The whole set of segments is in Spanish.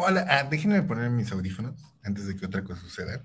Hola, déjenme poner mis audífonos antes de que otra cosa suceda.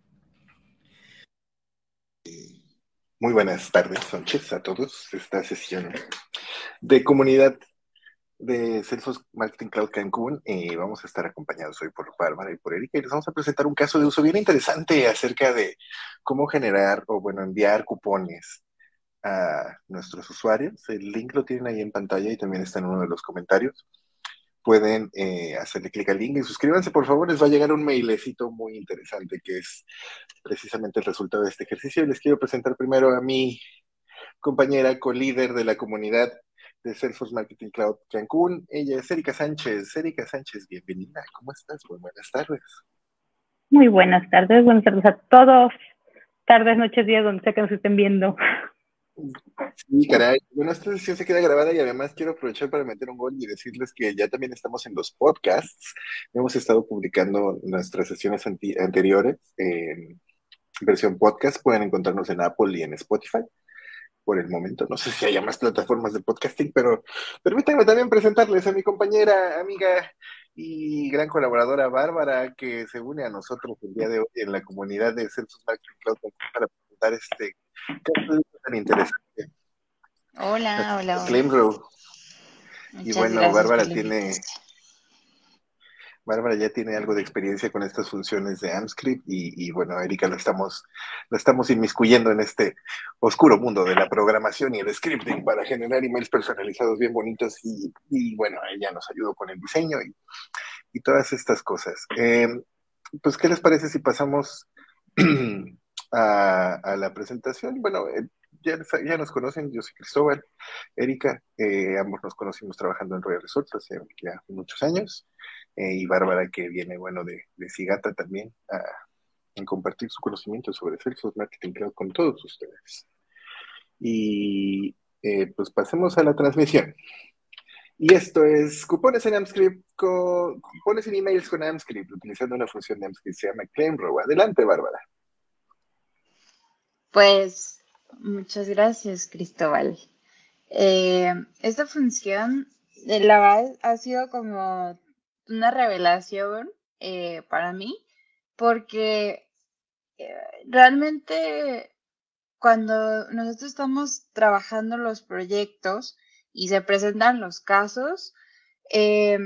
Muy buenas tardes, noches a todos. Esta sesión de comunidad de Salesforce Marketing Cloud Cancún. Vamos a estar acompañados hoy por Bárbara y por Erika y les vamos a presentar un caso de uso bien interesante acerca de cómo generar o, bueno, enviar cupones a nuestros usuarios. El link lo tienen ahí en pantalla y también está en uno de los comentarios. Pueden hacerle clic al link y suscríbanse, por favor. Les va a llegar un mailecito muy interesante que es precisamente el resultado de este ejercicio. Y les quiero presentar primero a mi compañera, co-líder de la comunidad de Salesforce Marketing Cloud Cancún. Ella es Erika Sánchez. Erika Sánchez, bienvenida. ¿Cómo estás? Muy buenas tardes. Muy buenas tardes a todos. Tardes, noches, días, donde sea que nos estén viendo. Sí, caray. Bueno, esta sesión se queda grabada y además quiero aprovechar para meter un gol y decirles que ya también estamos en los podcasts. Hemos estado publicando nuestras sesiones anteriores en versión podcast. Pueden encontrarnos en Apple y en Spotify. Por el momento, no sé si haya más plataformas de podcasting, pero permítanme también presentarles a mi compañera, amiga y gran colaboradora Bárbara, que se une a nosotros el día de hoy en la comunidad de Salesforce Marketing Cloud para presentar este caso tan interesante, Hola, hola, hola. ClaimGrow. Y Muchas bueno, gracias por la invitación. Bárbara ya tiene algo de experiencia con estas funciones de AmScript y bueno, Erika lo estamos inmiscuyendo en este oscuro mundo de la programación y el scripting para generar emails personalizados bien bonitos y bueno, ella nos ayudó con el diseño y todas estas cosas. Pues, ¿qué les parece si pasamos a la presentación? Bueno, ya nos conocen, yo soy Cristóbal, Erika, ambos nos conocimos trabajando en Royal Resorts hace ya muchos años, y Bárbara que viene, bueno, de Cigata también a compartir su conocimiento sobre Salesforce Marketing Cloud con todos ustedes. Y pues pasemos a la transmisión. Y esto es cupones en AmScript, cupones en emails con AmScript, utilizando una función de AmScript que se llama ClaimRow. Adelante, Bárbara. Pues muchas gracias, Cristóbal. Esta función, la verdad, ha sido como una revelación para mí, porque eh, realmente cuando nosotros estamos trabajando los proyectos y se presentan los casos, eh,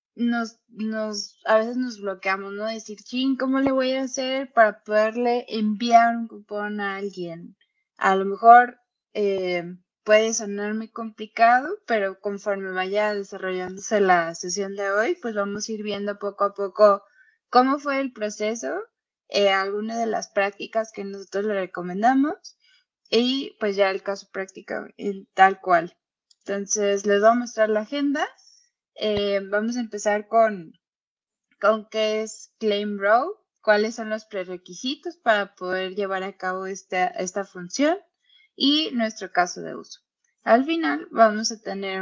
a veces nos bloqueamos, ¿no? Decir, chin, ¿cómo le voy a hacer para poderle enviar un cupón a alguien? A lo mejor puede sonar muy complicado, pero conforme vaya desarrollándose la sesión de hoy, pues vamos a ir viendo poco a poco cómo fue el proceso, algunas de las prácticas que nosotros le recomendamos y pues ya el caso práctico tal cual. Entonces les voy a mostrar la agenda. Vamos a empezar con qué es ClaimRow, cuáles son los prerequisitos para poder llevar a cabo esta función y nuestro caso de uso. Al final vamos a tener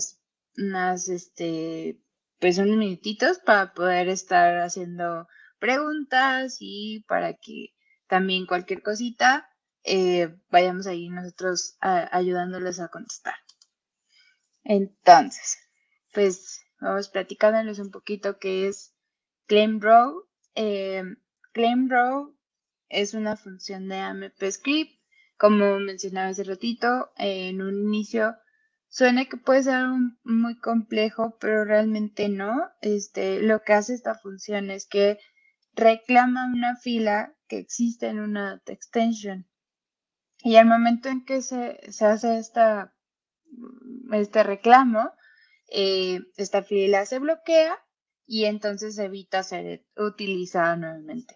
pues unos minutitos para poder estar haciendo preguntas y para que también cualquier cosita vayamos ahí nosotros ayudándoles a contestar. Entonces, pues vamos platicándoles un poquito qué es ClaimRow. Eh, ClaimRow es una función de AMP Script. Como mencionaba hace ratito, en un inicio suena que puede ser muy complejo, pero realmente no. Lo que hace esta función es que reclama una fila que existe en una data extension. Y al momento en que se hace este reclamo, esta fila se bloquea y entonces evita ser utilizada nuevamente.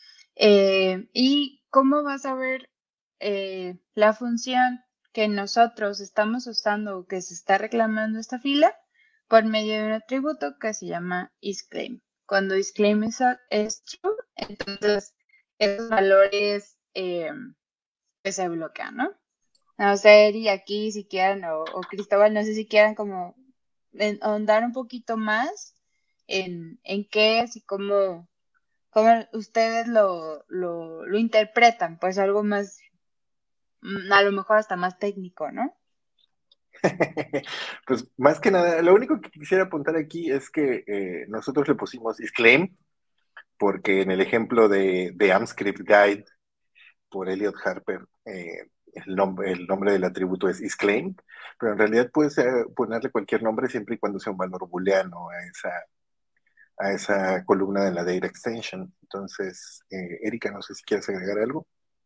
¿Y cómo vas a ver la función que nosotros estamos usando o que se está reclamando esta fila? Por medio de un atributo que se llama isClaim. Cuando isClaim es true, entonces esos valores pues se bloquean, ¿no? No sé, Eri, aquí si quieran, o Cristóbal, no sé si quieran como ahondar un poquito más en qué es y cómo ustedes lo interpretan, pues algo más, a lo mejor hasta más técnico, ¿no? Pues más que nada, lo único que quisiera apuntar aquí es que nosotros le pusimos isclaim, porque en el ejemplo de AMScript Guide por Elliot Harper, el nombre del atributo es isClaim, pero en realidad puedes ponerle cualquier nombre siempre y cuando sea un valor booleano a esa columna de la data extension. Entonces, Erika, no sé si quieres agregar algo.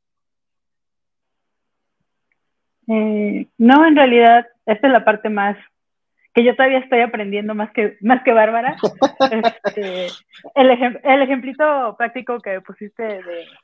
No, en realidad, esta es la parte más que yo todavía estoy aprendiendo más que Bárbara. El ejemplito práctico que pusiste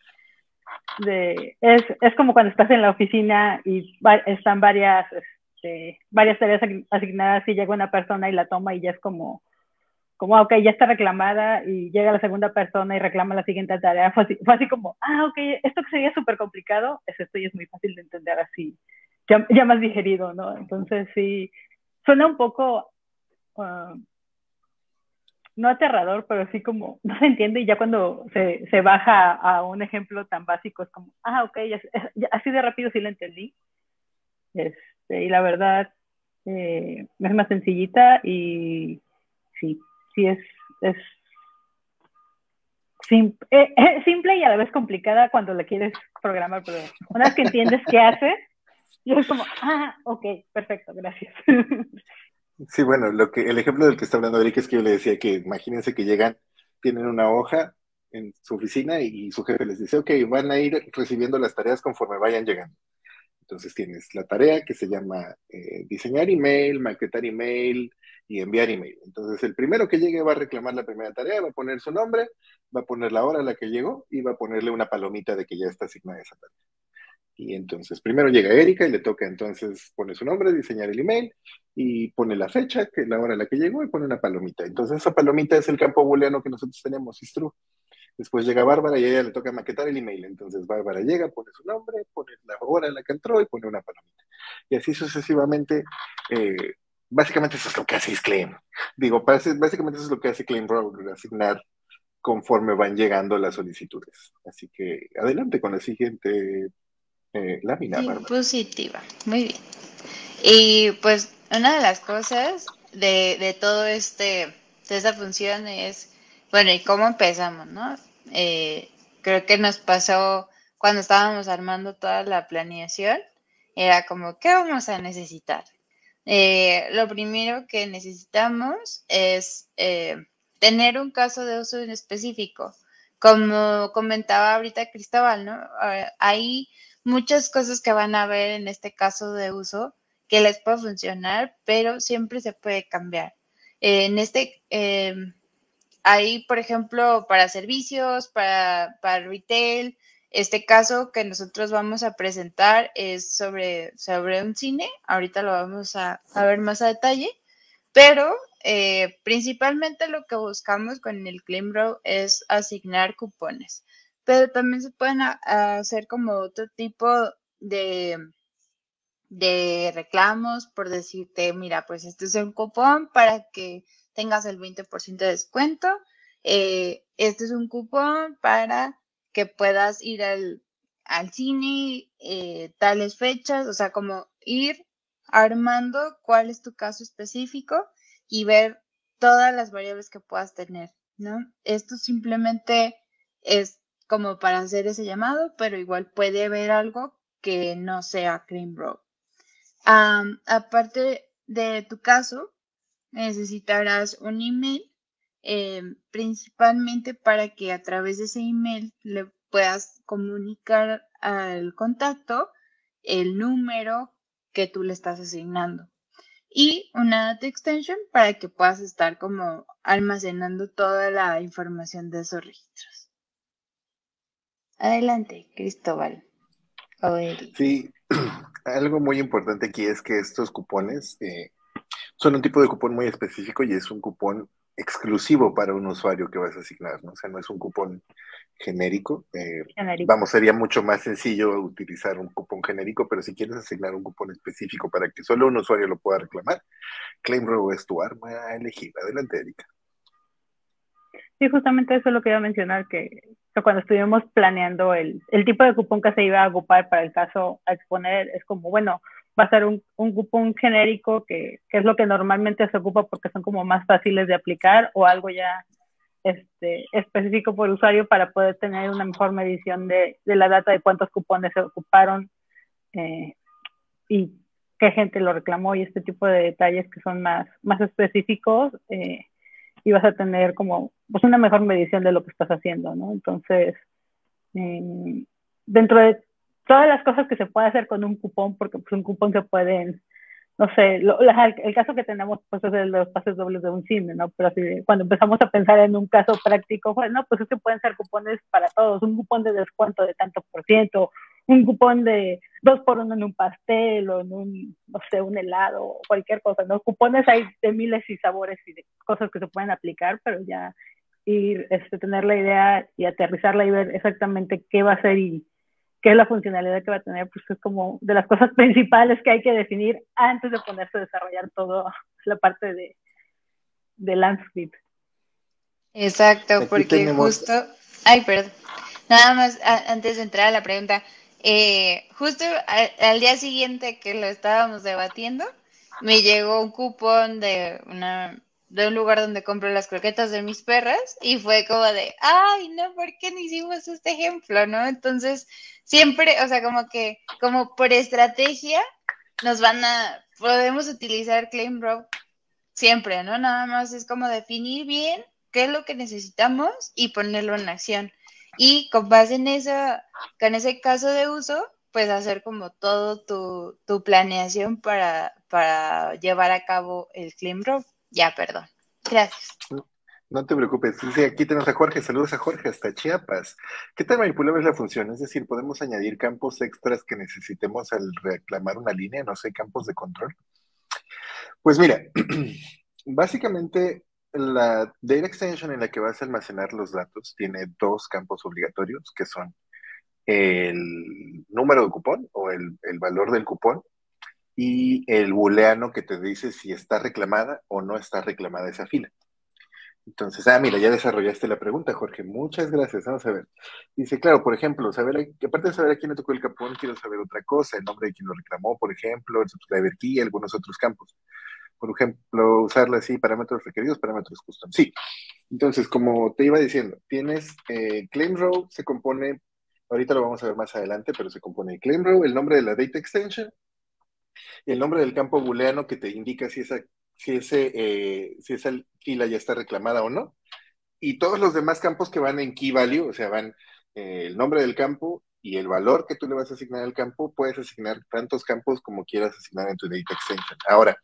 es como cuando estás en la oficina y están varias tareas asignadas y llega una persona y la toma y ya es como ok, ya está reclamada y llega la segunda persona y reclama la siguiente tarea. Fue así como, ok, esto que sería súper complicado, esto ya es muy fácil de entender así, ya más digerido, ¿no? Entonces sí, suena un poco, uh, no aterrador, pero sí como, no se entiende y ya cuando se baja a un ejemplo tan básico es como, ok, así de rápido sí lo entendí. Y la verdad, es más sencillita y sí, sí es simple y a la vez complicada cuando la quieres programar, pero una vez que entiendes qué hace, yo es como, ok, perfecto, gracias. Sí, bueno, el ejemplo del que está hablando Erika es que yo le decía que imagínense que llegan, tienen una hoja en su oficina y su jefe les dice, ok, van a ir recibiendo las tareas conforme vayan llegando. Entonces tienes la tarea que se llama diseñar email, maquetar email y enviar email. Entonces el primero que llegue va a reclamar la primera tarea, va a poner su nombre, va a poner la hora a la que llegó y va a ponerle una palomita de que ya está asignada esa tarea. Y entonces primero llega Erika y le toca entonces pone su nombre, diseñar el email y pone la fecha, que es la hora a la que llegó y pone una palomita. Entonces esa palomita es el campo booleano que nosotros tenemos, is true. Después llega Bárbara y a ella le toca maquetar el email. Entonces Bárbara llega, pone su nombre, pone la hora en la que entró y pone una palomita. Y así sucesivamente. eh, Básicamente eso es lo que hace Claim. Digo, básicamente eso es lo que hace Claim Rogue, asignar conforme van llegando las solicitudes. Así que adelante con la siguiente lámina, Bárbara. Diapositiva. Muy bien. Y pues una de las cosas de todo de esta función es, bueno, ¿y cómo empezamos, no? Creo que nos pasó cuando estábamos armando toda la planeación, era como, ¿qué vamos a necesitar? Lo primero que necesitamos es tener un caso de uso en específico. Como comentaba ahorita Cristóbal, ¿no? Hay muchas cosas que van a ver en este caso de uso que les puede funcionar, pero siempre se puede cambiar. Hay, por ejemplo, para servicios, para retail. Este caso que nosotros vamos a presentar es sobre un cine. Ahorita lo vamos a ver más a detalle. Pero principalmente lo que buscamos con el Claim Row es asignar cupones. Pero también se pueden hacer como otro tipo de, de reclamos por decirte, mira, pues este es un cupón para que tengas el 20% de descuento. Este es un cupón para que puedas ir al cine tales fechas, o sea, como ir armando cuál es tu caso específico y ver todas las variables que puedas tener, ¿no? Esto simplemente es como para hacer ese llamado, pero igual puede haber algo que no sea Claim Row. Aparte de tu caso, necesitarás un email, principalmente para que a través de ese email le puedas comunicar al contacto el número que tú le estás asignando. Y una data extension para que puedas estar como almacenando toda la información de esos registros. Adelante, Cristóbal. Sí, algo muy importante aquí es que estos cupones son un tipo de cupón muy específico y es un cupón exclusivo para un usuario que vas a asignar, ¿no? O sea, no es un cupón genérico. Genérico. Vamos, sería mucho más sencillo utilizar un cupón genérico, pero si quieres asignar un cupón específico para que solo un usuario lo pueda reclamar, ClaimRow es tu arma a elegir. Adelante, Erika. Sí, justamente eso es lo que iba a mencionar, que cuando estuvimos planeando el tipo de cupón que se iba a ocupar para el caso a exponer, es como, bueno, va a ser un cupón genérico que es lo que normalmente se ocupa porque son como más fáciles de aplicar, o algo ya específico por usuario para poder tener una mejor medición de la data de cuántos cupones se ocuparon y qué gente lo reclamó, y este tipo de detalles que son más específicos, y vas a tener como pues una mejor medición de lo que estás haciendo, ¿no? Entonces, dentro de todas las cosas que se puede hacer con un cupón, porque pues un cupón se pueden, no sé, el caso que tenemos pues es el de los pases dobles de un cine, ¿no? Pero así, cuando empezamos a pensar en un caso práctico, pues no, pues es que pueden ser cupones para todos, un cupón de descuento de tanto por ciento, un cupón de 2 por 1 en un pastel o en un, no sé, un helado o cualquier cosa, ¿no? Cupones hay de miles y sabores y de cosas que se pueden aplicar, pero ya ir, tener la idea y aterrizarla y ver exactamente qué va a ser y qué es la funcionalidad que va a tener, pues es como de las cosas principales que hay que definir antes de ponerse a desarrollar toda la parte de Landscape. Exacto, Aquí porque tenemos, justo, ay, perdón, nada más antes de entrar a la pregunta, justo al día siguiente que lo estábamos debatiendo, me llegó un cupón de un lugar donde compro las croquetas de mis perras y fue como de, ay, no, ¿por qué no hicimos este ejemplo, no? Entonces, siempre, o sea, como por estrategia, podemos utilizar Claim Row siempre, ¿no? Nada más es como definir bien qué es lo que necesitamos y ponerlo en acción. Y con base en eso, con ese caso de uso, pues hacer como todo tu planeación para llevar a cabo el Claim Row. Ya, perdón. Gracias. no te preocupes, sí, aquí tenemos a Jorge, saludos a Jorge hasta Chiapas. ¿Qué tan manipulable es la función? Es decir, ¿podemos añadir campos extras que necesitemos al reclamar una línea? No sé, campos de control. Pues mira, básicamente la data extension en la que vas a almacenar los datos tiene dos campos obligatorios, que son el número de cupón o el valor del cupón y el booleano que te dice si está reclamada o no está reclamada esa fila. Entonces, mira, ya desarrollaste la pregunta, Jorge. Muchas gracias. Vamos a ver. Dice, claro, por ejemplo, aparte de saber a quién le tocó el capón, quiero saber otra cosa, el nombre de quien lo reclamó, por ejemplo, el subscriber key y algunos otros campos. Por ejemplo, usarla así, parámetros requeridos, parámetros custom. Sí. Entonces, como te iba diciendo, tienes claim row, se compone, ahorita lo vamos a ver más adelante, pero se compone de claim row, el nombre de la data extension, y el nombre del campo booleano que te indica si esa fila ya está reclamada o no, y todos los demás campos que van en key value, o sea, van el nombre del campo y el valor que tú le vas a asignar al campo, puedes asignar tantos campos como quieras asignar en tu data extension. Ahora,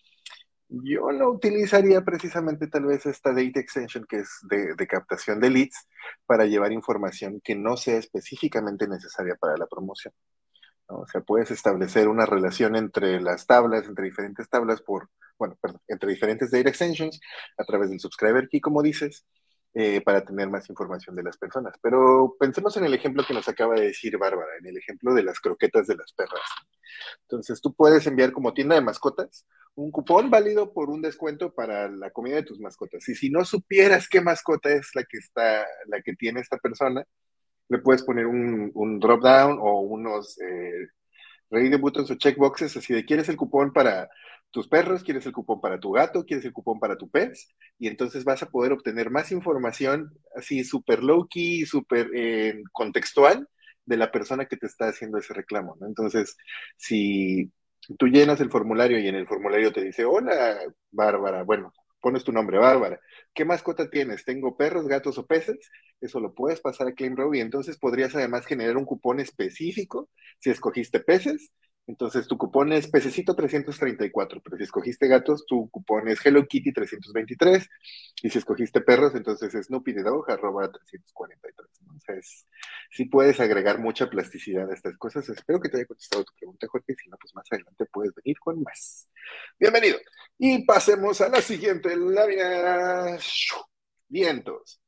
yo no utilizaría precisamente tal vez esta data extension que es de captación de leads para llevar información que no sea específicamente necesaria para la promoción, ¿no? O sea, puedes establecer una relación entre las tablas, entre diferentes tablas entre diferentes data extensions a través del subscriber key, como dices, para tener más información de las personas. Pero pensemos en el ejemplo que nos acaba de decir Bárbara, en el ejemplo de las croquetas de las perras. Entonces, tú puedes enviar como tienda de mascotas un cupón válido por un descuento para la comida de tus mascotas. Y si no supieras qué mascota es la que tiene esta persona, le puedes poner un drop down o unos ready buttons o checkboxes, así de quieres el cupón para tus perros, quieres el cupón para tu gato, quieres el cupón para tu pez, y entonces vas a poder obtener más información así súper low key, súper contextual de la persona que te está haciendo ese reclamo, ¿no? Entonces, si tú llenas el formulario y en el formulario te dice, hola, Bárbara, bueno, pones tu nombre, Bárbara, ¿qué mascota tienes? ¿Tengo perros, gatos o peces? Eso lo puedes pasar a Claim Row y entonces podrías además generar un cupón específico si escogiste peces. Entonces tu cupón es pececito 334, pero si escogiste gatos, tu cupón es Hello Kitty 323, y si escogiste perros, entonces es Snoopy the Dog @343, ¿no? O sea, sí puedes agregar mucha plasticidad a estas cosas. Espero que te haya contestado tu pregunta, Jorge. Si no, pues más adelante puedes venir con más. Bienvenido. Y pasemos a la siguiente lámina. Vientos.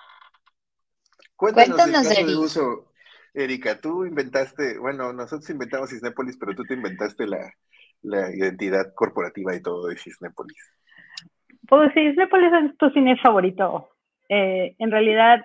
Cuéntanos del Cuéntanos, caso de Eri. uso, Erika. Tú inventaste, bueno, nosotros inventamos Cisnépolis, pero tú te inventaste la identidad corporativa y todo de Cisnépolis. Pues sí, Cinépolis es tu cine favorito. En realidad,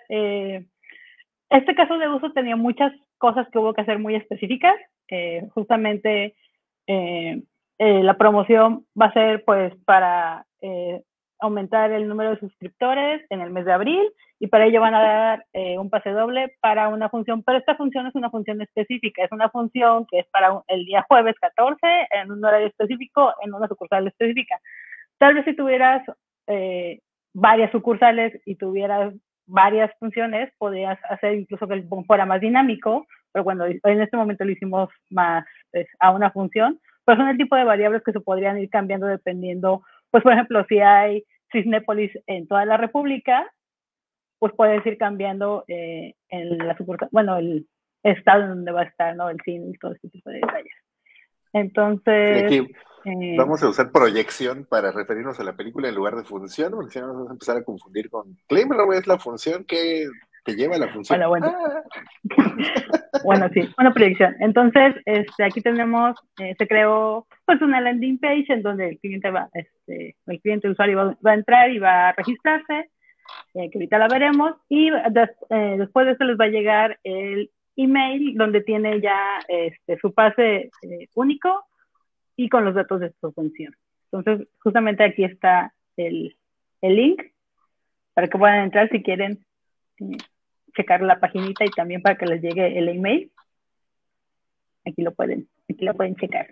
este caso de uso tenía muchas cosas que hubo que hacer muy específicas. Justamente la promoción va a ser pues para aumentar el número de suscriptores en el mes de abril, y para ello van a dar un pase doble para una función, pero esta función es una función específica, es una función que es para el día jueves 14 en un horario específico, en una sucursal específica. Tal vez si tuvieras varias sucursales y tuvieras varias funciones, podrías hacer incluso que el cupón fuera más dinámico, pero bueno, en este momento lo hicimos más a una función, pero son el tipo de variables que se podrían ir cambiando dependiendo, pues por ejemplo, si hay Cisnépolis en toda la República, pues puedes ir cambiando en la sucursal, bueno, el estado en donde va a estar, ¿no? El cine y todo este tipo de detalles. Entonces, aquí vamos a usar proyección para referirnos a la película en lugar de función, porque si no nos vamos a empezar a confundir con Claim Row es la función que lleva la función. Bueno. Bueno, sí, una proyección. Entonces, aquí tenemos, se creó pues una landing page en donde el cliente el usuario va a entrar y va a registrarse, que ahorita la veremos, y después de eso les va a llegar el email donde tiene ya su pase único y con los datos de su función. Entonces, justamente aquí está el link para que puedan entrar si quieren checar la paginita y también para que les llegue el email. Aquí lo pueden checar.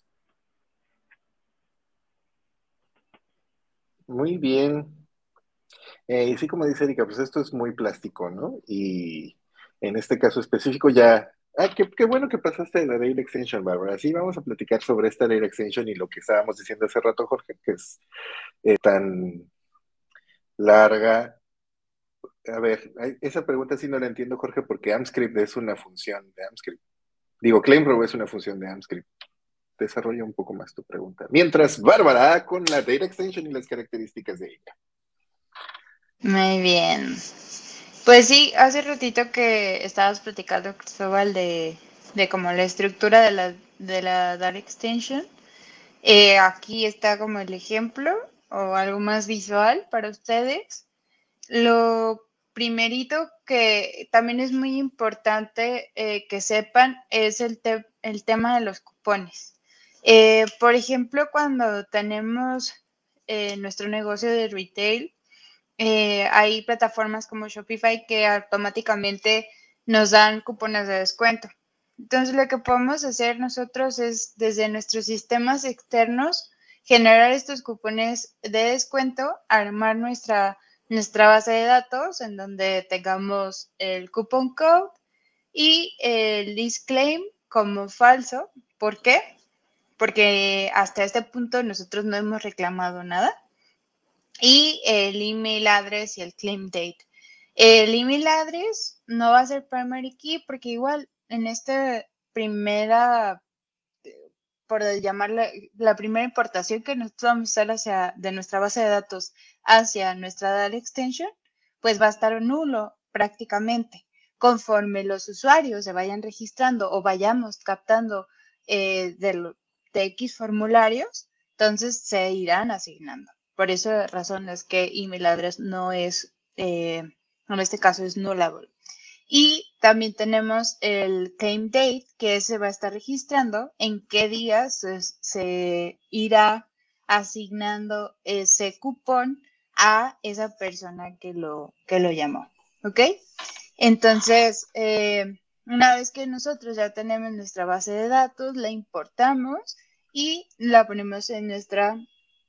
Muy bien. Y sí, como dice Erika, pues esto es muy plástico, ¿no? Y en este caso específico ya... Ah, qué bueno que pasaste de la Data Extension, Bárbara. Sí, vamos a platicar sobre esta Data Extension y lo que estábamos diciendo hace rato, Jorge, que es tan larga. A ver, esa pregunta sí no la entiendo, Jorge, porque AmScript es una función de AmScript. Digo, ClaimRow es una función de AmScript. Desarrolla un poco más tu pregunta. Mientras, Bárbara, con la Data Extension y las características de ella. Muy bien. Pues sí, hace ratito que estabas platicando, Cristóbal, de como la estructura de la Dart Extension. Aquí está como el ejemplo o algo más visual para ustedes. Lo primerito que también es muy importante que sepan es el tema de los cupones. Por ejemplo, cuando tenemos nuestro negocio de retail, hay plataformas como Shopify que automáticamente nos dan cupones de descuento. Entonces, lo que podemos hacer nosotros es, desde nuestros sistemas externos, generar estos cupones de descuento, armar nuestra base de datos en donde tengamos el coupon code y el disclaim como falso. ¿Por qué? Porque hasta este punto nosotros no hemos reclamado nada. Y el email address y el claim date. El email address no va a ser primary key porque igual en esta primera, por llamarla, la primera importación que nosotros vamos a hacer de nuestra base de datos hacia nuestra data extension, pues va a estar nulo prácticamente. Conforme los usuarios se vayan registrando o vayamos captando de X formularios, entonces se irán asignando. Por esa razón es que email address no es, en este caso es nullable. Y también tenemos el claim date, que se va a estar registrando en qué días se irá asignando ese cupón a esa persona que lo llamó. ¿Ok? Entonces, una vez que nosotros ya tenemos nuestra base de datos, la importamos y la ponemos en nuestra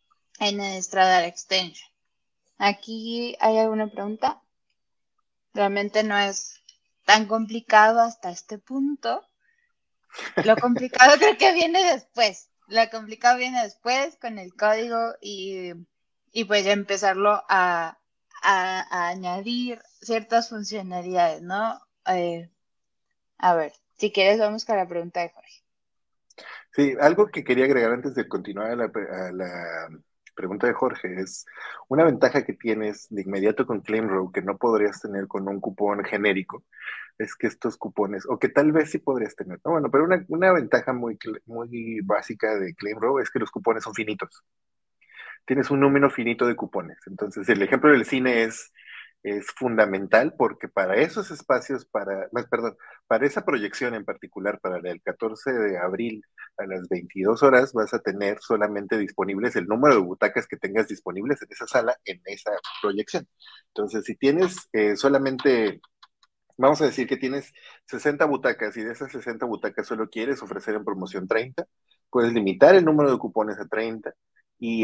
Data Extension. ¿Aquí hay alguna pregunta? Realmente no es tan complicado hasta este punto. Lo complicado creo que viene después. Lo complicado viene después con el código y pues ya empezarlo a añadir ciertas funcionalidades, ¿no? A ver, si quieres vamos con la pregunta de Jorge. Sí, algo que quería agregar antes de continuar a la pregunta de Jorge es una ventaja que tienes de inmediato con ClaimRow que no podrías tener con un cupón genérico, es que estos cupones, o que tal vez sí podrías tener, ¿no? Bueno, pero una ventaja muy básica de ClaimRow es que los cupones son finitos. Tienes un número finito de cupones. Entonces, el ejemplo del cine es es fundamental porque para esos espacios, para esa proyección en particular, para el 14 de abril a las 22 horas, vas a tener solamente disponibles el número de butacas que tengas disponibles en esa sala, en esa proyección. Entonces, si tienes solamente, vamos a decir que tienes 60 butacas y de esas 60 butacas solo quieres ofrecer en promoción 30, puedes limitar el número de cupones a 30 y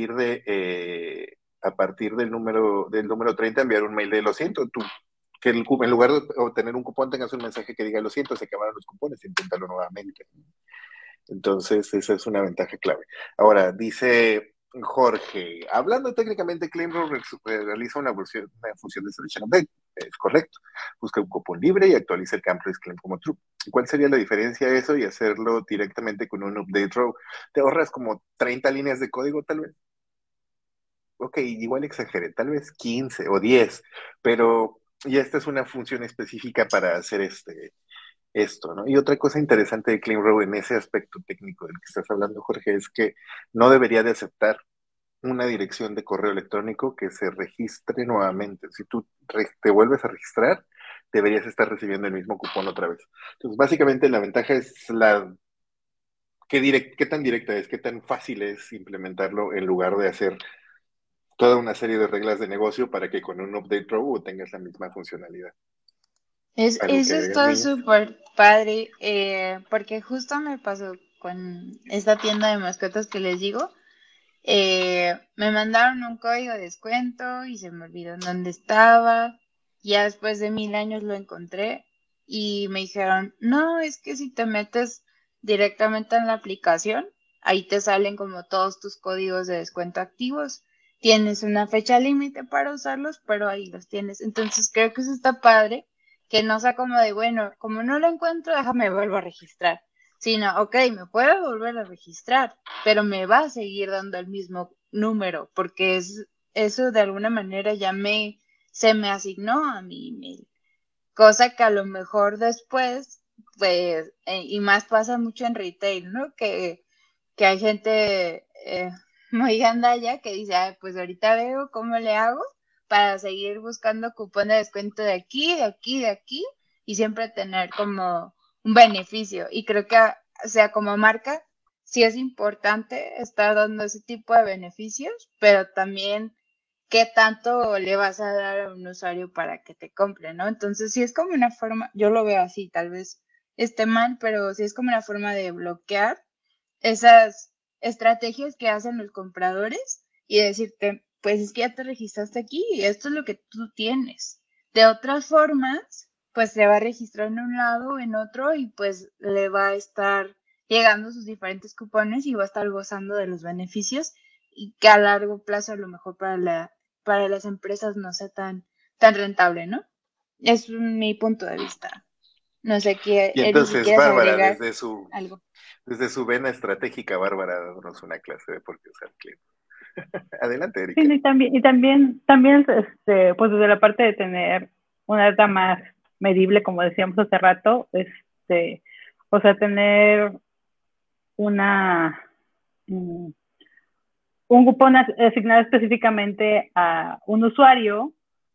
a partir del número 30 enviar un mail de lo siento, que en lugar de obtener un cupón tengas un mensaje que diga lo siento, se acabaron los cupones, inténtalo nuevamente. Entonces, esa es una ventaja clave. Ahora, dice Jorge, hablando técnicamente, Claimrow realiza una función de selección update. Es correcto. Busca un cupón libre y actualiza el camp raise claim como true. ¿Cuál sería la diferencia de eso y hacerlo directamente con un update row? Te ahorras como 30 líneas de código, tal vez. Ok, igual exageré, tal vez 15 o 10, pero ya esta es una función específica para hacer esto, ¿no? Y otra cosa interesante de CleanRow en ese aspecto técnico del que estás hablando, Jorge, es que no debería de aceptar una dirección de correo electrónico que se registre nuevamente. Si tú te vuelves a registrar, deberías estar recibiendo el mismo cupón otra vez. Entonces, básicamente la ventaja es qué tan directa es, qué tan fácil es implementarlo en lugar de hacer toda una serie de reglas de negocio para que con un update row tengas la misma funcionalidad. ¿Algo que Eso agregar, está niña? súper padre, porque justo me pasó con esta tienda de mascotas que les digo. Me mandaron un código de descuento y se me olvidó en dónde estaba. Ya después de 1000 años lo encontré y me dijeron, no, es que si te metes directamente en la aplicación, ahí te salen como todos tus códigos de descuento activos. Tienes una fecha límite para usarlos, pero ahí los tienes. Entonces creo que eso está padre, que no sea como de, bueno, como no lo encuentro, déjame vuelvo a registrar. Sino, ok, me puedo volver a registrar, pero me va a seguir dando el mismo número, porque eso de alguna manera se me asignó a mi email. Cosa que a lo mejor después, pues, y más pasa mucho en retail, ¿no? Que hay gente muy gandalla que dice, ay, pues ahorita veo cómo le hago para seguir buscando cupón de descuento de aquí, de aquí, de aquí, y siempre tener como un beneficio. Y creo que, o sea, como marca, sí es importante estar dando ese tipo de beneficios, pero también qué tanto le vas a dar a un usuario para que te compre, ¿no? Entonces, sí es como una forma, yo lo veo así, tal vez esté mal, pero sí es como una forma de bloquear esas estrategias que hacen los compradores y decirte, pues es que ya te registraste aquí y esto es lo que tú tienes. De otras formas, pues se va a registrar en un lado, en otro y pues le va a estar llegando sus diferentes cupones y va a estar gozando de los beneficios y que a largo plazo a lo mejor para las empresas no sea tan rentable, ¿no? Es mi punto de vista. No sé qué, Y Eri, si entonces, quieres Bárbara, agregar desde su algo. Desde su vena estratégica, Bárbara, dándonos una clase de por qué usar clip. Adelante, Sí, Erika. y también, pues desde la parte de tener una data más medible, como decíamos hace rato, o sea, tener una, mm, un cupón asignado específicamente a un usuario,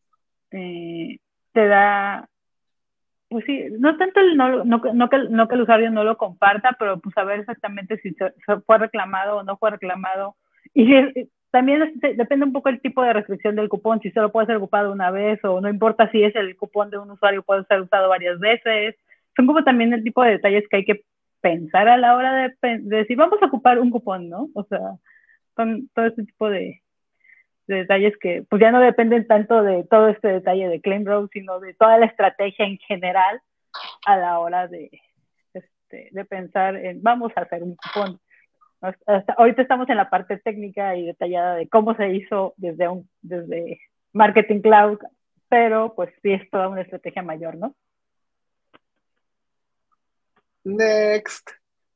eh, te da, pues sí, no tanto no que el usuario no lo comparta, pero pues saber exactamente si se fue reclamado o no fue reclamado. Y también depende un poco el tipo de restricción del cupón, si solo puede ser ocupado una vez o no importa si es el cupón de un usuario, puede ser usado varias veces. Son como también el tipo de detalles que hay que pensar a la hora de decir, vamos a ocupar un cupón, ¿no? O sea, son todo este tipo de detalles que pues ya no dependen tanto de todo este detalle de ClaimRow, sino de toda la estrategia en general a la hora de pensar en vamos a hacer un cupón. Ahorita estamos en la parte técnica y detallada de cómo se hizo desde Marketing Cloud, pero pues sí es toda una estrategia mayor, ¿no? Next.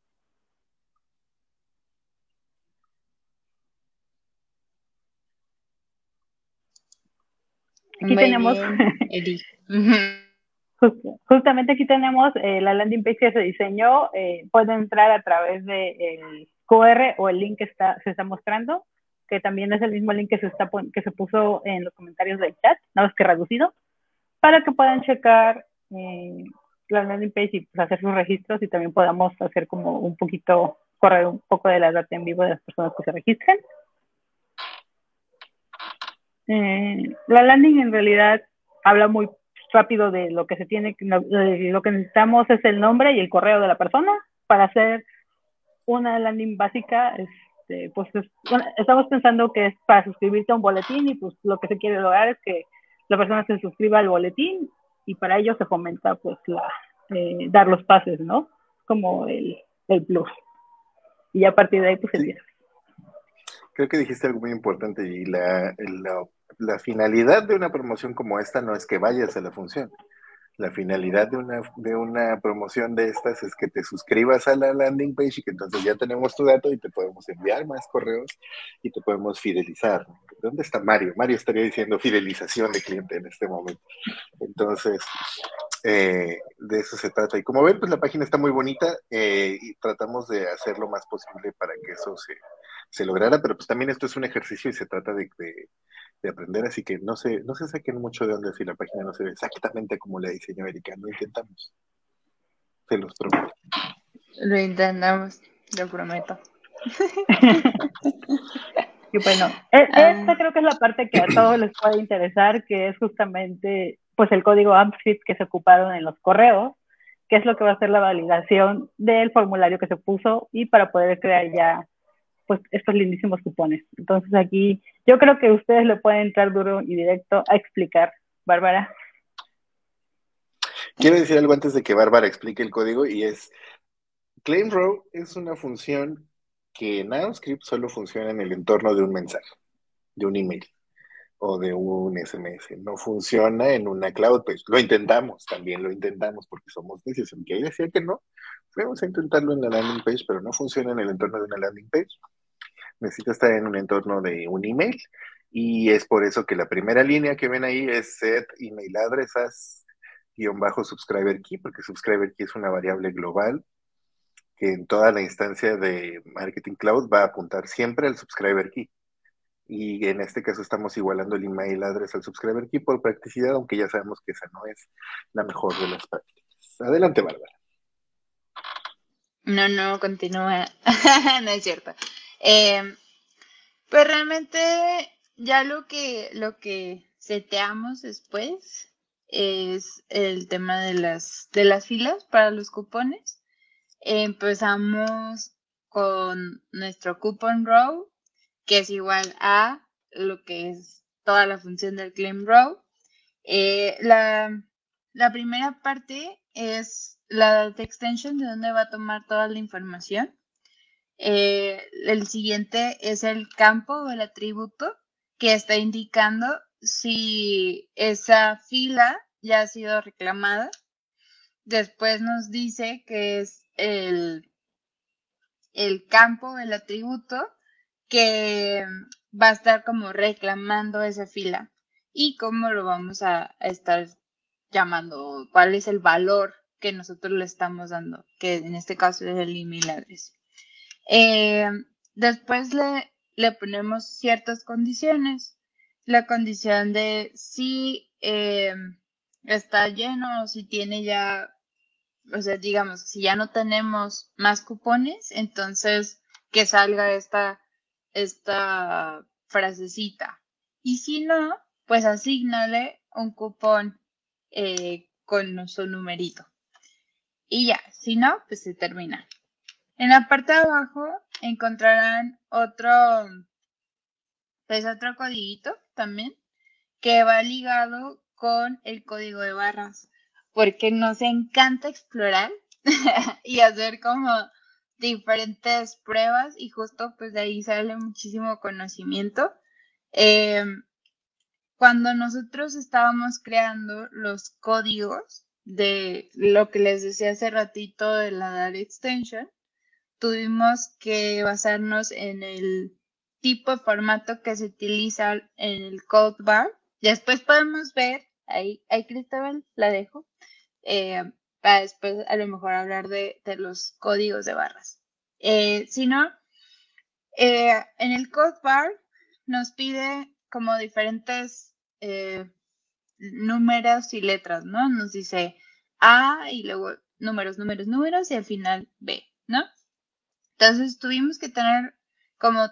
Aquí Muy tenemos bien, Eri. justamente aquí tenemos la landing page que se diseñó. Pueden entrar a través del QR o el link que se está mostrando. que también es el mismo link que se puso en los comentarios del chat, nada más que reducido, para que puedan checar la landing page y pues, hacer sus registros y también podamos hacer como un poquito, correr un poco de la data en vivo de las personas que se registren. La landing en realidad habla muy rápido de lo que se tiene, lo que necesitamos es el nombre y el correo de la persona para hacer una landing básica. Pues bueno, estamos pensando que es para suscribirte a un boletín y pues lo que se quiere lograr es que la persona se suscriba al boletín y para ello se fomenta pues dar los pases, ¿no? Como el plus. Y a partir de ahí pues empieza. Creo que dijiste algo muy importante y la finalidad de una promoción como esta no es que vayas a la función. La finalidad de una promoción de estas es que te suscribas a la landing page y que entonces ya tenemos tu dato y te podemos enviar más correos y te podemos fidelizar. ¿Dónde está Mario? Mario estaría diciendo fidelización de cliente en este momento. Entonces, de eso se trata. Y como ven, pues la página está muy bonita y tratamos de hacer lo más posible para que eso se lograra, pero pues también esto es un ejercicio y se trata de aprender, así que no se saquen mucho de onda si la página no se ve exactamente como la diseñó Erika, lo intentamos, se los prometo. Lo intentamos, lo prometo. Y bueno, esta creo que es la parte que a todos les puede interesar, que es justamente pues el código AMP-SHIFT que se ocuparon en los correos, que es lo que va a ser la validación del formulario que se puso y para poder crear ya pues estos lindísimos cupones. Entonces aquí yo creo que ustedes le pueden entrar duro y directo a explicar. Bárbara. Quiero decir algo antes de que Bárbara explique el código y es, Claim Row es una función que en AppScript solo funciona en el entorno de un mensaje, de un email o de un SMS. No funciona en una cloud page. Lo intentamos, también lo intentamos porque somos necios. Aunque ahí decía que no, fuimos a intentarlo en la landing page, pero no funciona en el entorno de una landing page. Necesita estar en un entorno de un email y es por eso que la primera línea que ven ahí es set email addresses _subscriber key, porque subscriber key es una variable global que en toda la instancia de Marketing Cloud va a apuntar siempre al subscriber key. Y en este caso estamos igualando el email address al subscriber key por practicidad, aunque ya sabemos que esa no es la mejor de las prácticas. Adelante, Bárbara. No, continúa. No es cierto. Pues realmente ya lo que seteamos después es el tema de las filas para los cupones. Empezamos con nuestro coupon row, que es igual a lo que es toda la función del claim row. La primera parte es la data extension, de donde va a tomar toda la información. El siguiente es el campo o el atributo que está indicando si esa fila ya ha sido reclamada. Después nos dice que es el campo, el atributo que va a estar como reclamando esa fila y cómo lo vamos a estar llamando, cuál es el valor que nosotros le estamos dando, que en este caso es el email address. Después le ponemos ciertas condiciones. La condición de si está lleno o si tiene ya, o sea, digamos, si ya no tenemos más cupones, entonces que salga esta frasecita. Y si no, pues asígnale un cupón con su numerito. Y ya, si no, pues se termina. En la parte de abajo encontrarán otro codiguito también que va ligado con el código de barras, porque nos encanta explorar y hacer como diferentes pruebas y justo pues de ahí sale muchísimo conocimiento. Cuando nosotros estábamos creando los códigos de lo que les decía hace ratito de la Data Extension, tuvimos que basarnos en el tipo de formato que se utiliza en el code bar. Después podemos ver, ahí Cristóbal, la dejo, para después a lo mejor hablar de los códigos de barras. Si no, en el code bar nos pide como diferentes números y letras, ¿no? Nos dice A y luego números y al final B, ¿no? Entonces tuvimos que tener como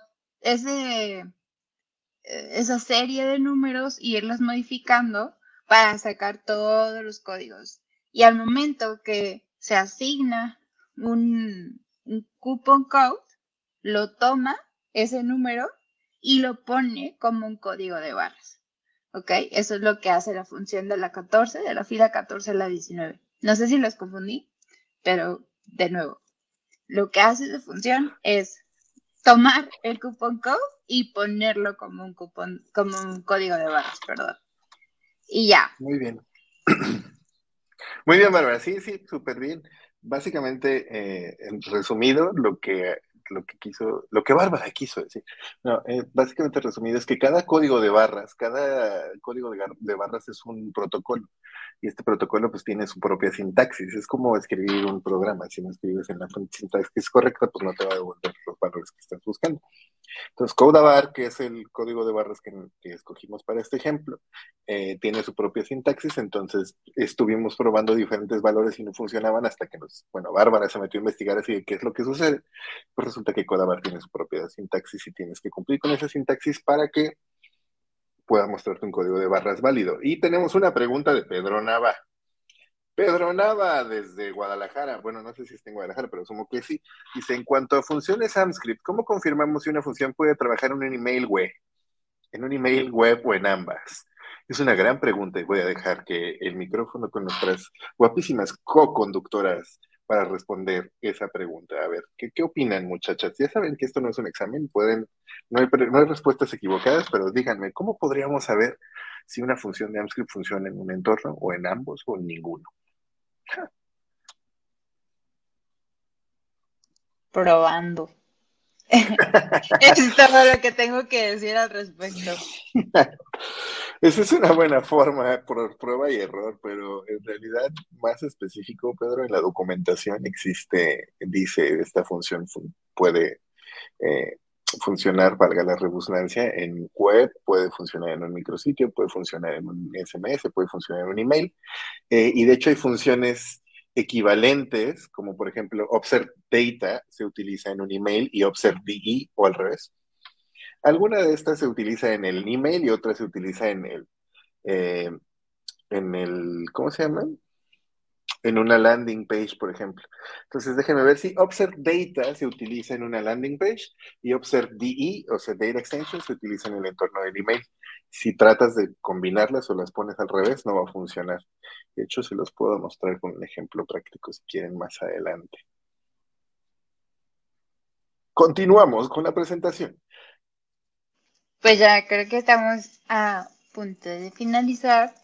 esa serie de números y irlos modificando para sacar todos los códigos. Y al momento que se asigna un coupon code, lo toma ese número y lo pone como un código de barras. ¿Ok? Eso es lo que hace la función de la 14, de la fila 14 a la 19. No sé si los confundí, pero de nuevo, lo que hace esa función es tomar el coupon code y ponerlo como un código de barras, perdón. Y ya. Muy bien. Muy bien, Bárbara. Sí, súper bien. Básicamente, en resumido, lo que Bárbara quiso decir. No, básicamente resumido es que cada código de barras, de barras es un protocolo. Y este protocolo pues tiene su propia sintaxis. Es como escribir un programa. Si no escribes en la sintaxis correcta, pues no te va a devolver los valores que estás buscando. Entonces, Codabar, que es el código de barras que escogimos para este ejemplo, tiene su propia sintaxis, entonces estuvimos probando diferentes valores y no funcionaban hasta que Bárbara se metió a investigar así de qué es lo que sucede. Pues resulta que Codabar tiene su propia sintaxis y tienes que cumplir con esa sintaxis para que pueda mostrarte un código de barras válido. Y tenemos una pregunta de Pedro Nava. Pedro Nava desde Guadalajara, bueno, no sé si está en Guadalajara, pero asumo que sí. Dice, en cuanto a funciones AMScript, ¿cómo confirmamos si una función puede trabajar en un email web? ¿En un email web o en ambas? Es una gran pregunta y voy a dejar que el micrófono con nuestras guapísimas co-conductoras para responder esa pregunta. A ver, ¿qué opinan, muchachas? Ya saben que esto no es un examen, no hay respuestas equivocadas, pero díganme, ¿cómo podríamos saber si una función de AMScript funciona en un entorno o en ambos o en ninguno? Probando. Es todo lo que tengo que decir al respecto. Esa es una buena forma por prueba y error, pero en realidad, más específico, Pedro, en la documentación dice, esta función puede funcionar, valga la redundancia, en web, puede funcionar en un micrositio, puede funcionar en un SMS, puede funcionar en un email, y de hecho hay funciones equivalentes, como por ejemplo observe data se utiliza en un email y observe DE o al revés. Alguna de estas se utiliza en el email y otra se utiliza eh, ¿cómo se llama? En una landing page, por ejemplo. Entonces, déjenme ver si Observe Data se utiliza en una landing page y Observe DE, o sea, Data Extension, se utiliza en el entorno del email. Si tratas de combinarlas o las pones al revés, no va a funcionar. De hecho, se los puedo mostrar con un ejemplo práctico si quieren más adelante. Continuamos con la presentación. Pues ya creo que estamos a punto de finalizar.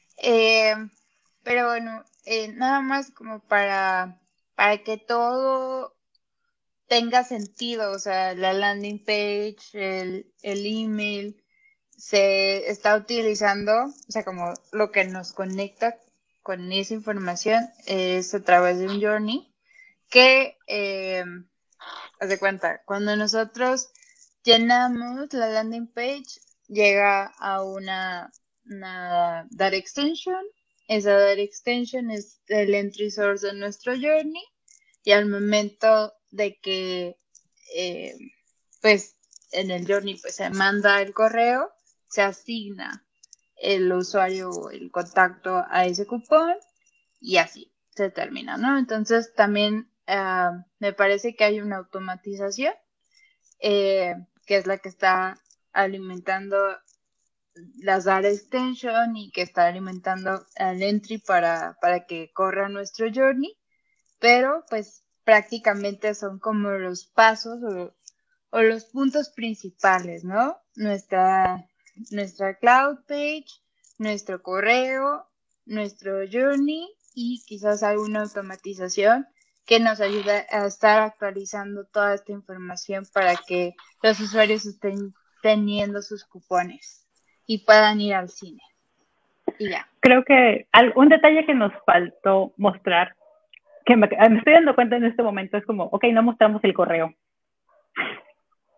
Pero bueno, nada más como para que todo tenga sentido, o sea, la landing page, el email, se está utilizando, o sea, como lo que nos conecta con esa información es a través de un journey que, haz de cuenta, cuando nosotros llenamos la landing page, llega a una Data Extension. Esa Data Extension es el entry source de nuestro journey y al momento de que pues en el journey pues se manda el correo, se asigna el usuario o el contacto a ese cupón y así se termina, ¿no? Entonces también me parece que hay una automatización que es la que está alimentando las Data Extension y que está alimentando al entry para que corra nuestro journey, pero pues prácticamente son como los pasos o los puntos principales, ¿no? Nuestra cloud page, nuestro correo, nuestro journey y quizás alguna automatización que nos ayude a estar actualizando toda esta información para que los usuarios estén teniendo sus cupones y puedan ir al cine. Y ya. Creo que un detalle que nos faltó mostrar, que me estoy dando cuenta en este momento, es como, ok, no mostramos el correo.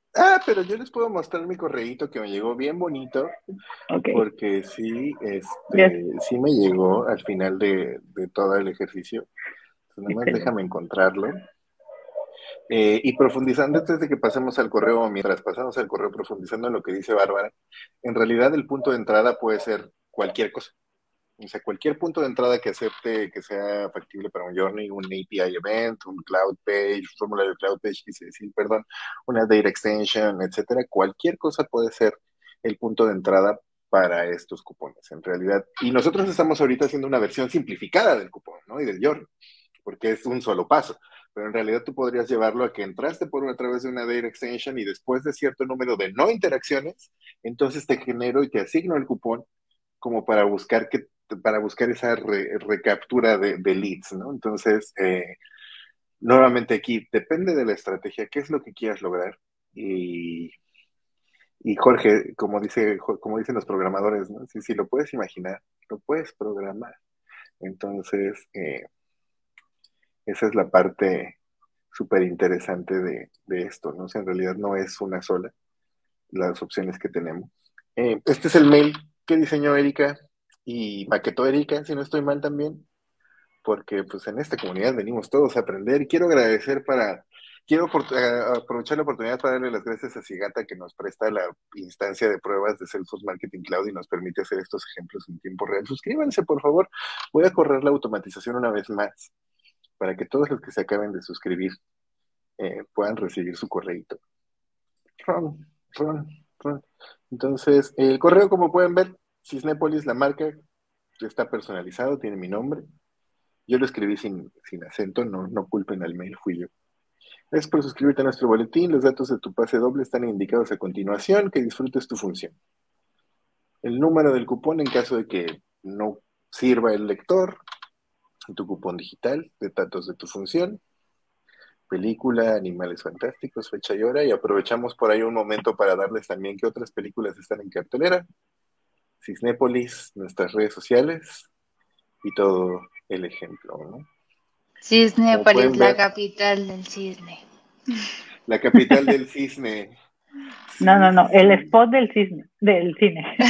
Pero yo les puedo mostrar mi correíto que me llegó bien bonito, Ok, porque sí, yes, sí me llegó al final de todo el ejercicio. Entonces, nada más excelente. déjame encontrarlo. Y profundizando antes de que pasemos al correo, mientras pasamos al correo, profundizando en lo que dice Bárbara, en realidad el punto de entrada puede ser cualquier cosa. O sea, cualquier punto de entrada que acepte que sea factible para un journey, un API event, un cloud page, un formulario cloud page, quise decir, perdón, una data extension, etcétera, cualquier cosa puede ser el punto de entrada para estos cupones, en realidad. Y nosotros estamos ahorita haciendo una versión simplificada del cupón, ¿no? Y del journey, porque es un solo paso. Pero en realidad tú podrías llevarlo a que entraste a través de una data extension y después de cierto número de no interacciones, entonces te genero y te asigno el cupón como para buscar esa recaptura de leads, ¿no? Entonces, nuevamente aquí, depende de la estrategia, qué es lo que quieras lograr. Y, y Jorge, como dicen los programadores, ¿no? Si lo puedes imaginar, lo puedes programar. Entonces, esa es la parte súper interesante de esto, ¿no? O sea, en realidad no es una sola las opciones que tenemos. Este es el mail que diseñó Erika y maquetó Erika, si no estoy mal también, porque pues en esta comunidad venimos todos a aprender y quiero aprovechar la oportunidad para darle las gracias a Sigata que nos presta la instancia de pruebas de Salesforce Marketing Cloud y nos permite hacer estos ejemplos en tiempo real. Suscríbanse, por favor. Voy a correr la automatización una vez más para que todos los que se acaben de suscribir puedan recibir su correíto. Ron, ron, ron. Entonces, el correo, como pueden ver, Cisnépolis, la marca, está personalizado, tiene mi nombre. Yo lo escribí sin acento, no culpen al mail, fui yo. Gracias por suscribirte a nuestro boletín. Los datos de tu pase doble están indicados a continuación. Que disfrutes tu función. El número del cupón en caso de que no sirva el lector, tu cupón digital, de datos de tu función, película, Animales Fantásticos, fecha y hora. Y aprovechamos por ahí un momento para darles también qué otras películas están en cartelera. Cisnépolis, nuestras redes sociales y todo el ejemplo, ¿no? Como Cisnépolis, pueden la ver, capital del cisne. la capital del cisne. No, Sí, no, sí, no, el sí. spot del cisne, del cine.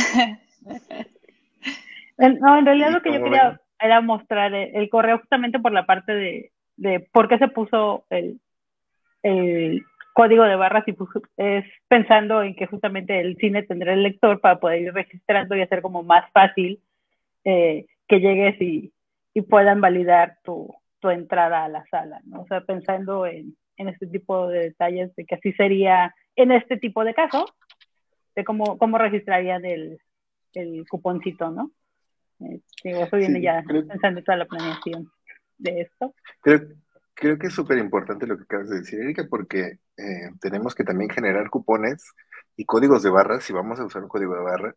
No, en realidad Y lo que yo como quería ven, era mostrar el correo justamente por la parte de por qué se puso el código de barras y es pensando en que justamente el cine tendrá el lector para poder ir registrando y hacer como más fácil que llegues y puedan validar tu entrada a la sala, ¿no? O sea, pensando en este tipo de detalles de que así sería en este tipo de caso, de cómo registrarían el cuponcito, ¿no? Digo, eso viene sí, ya pensando en toda la planeación de esto. creo, creo que es súper importante lo que acabas de decir, Erika, porque tenemos que también generar cupones y códigos de barras, si vamos a usar un código de barras,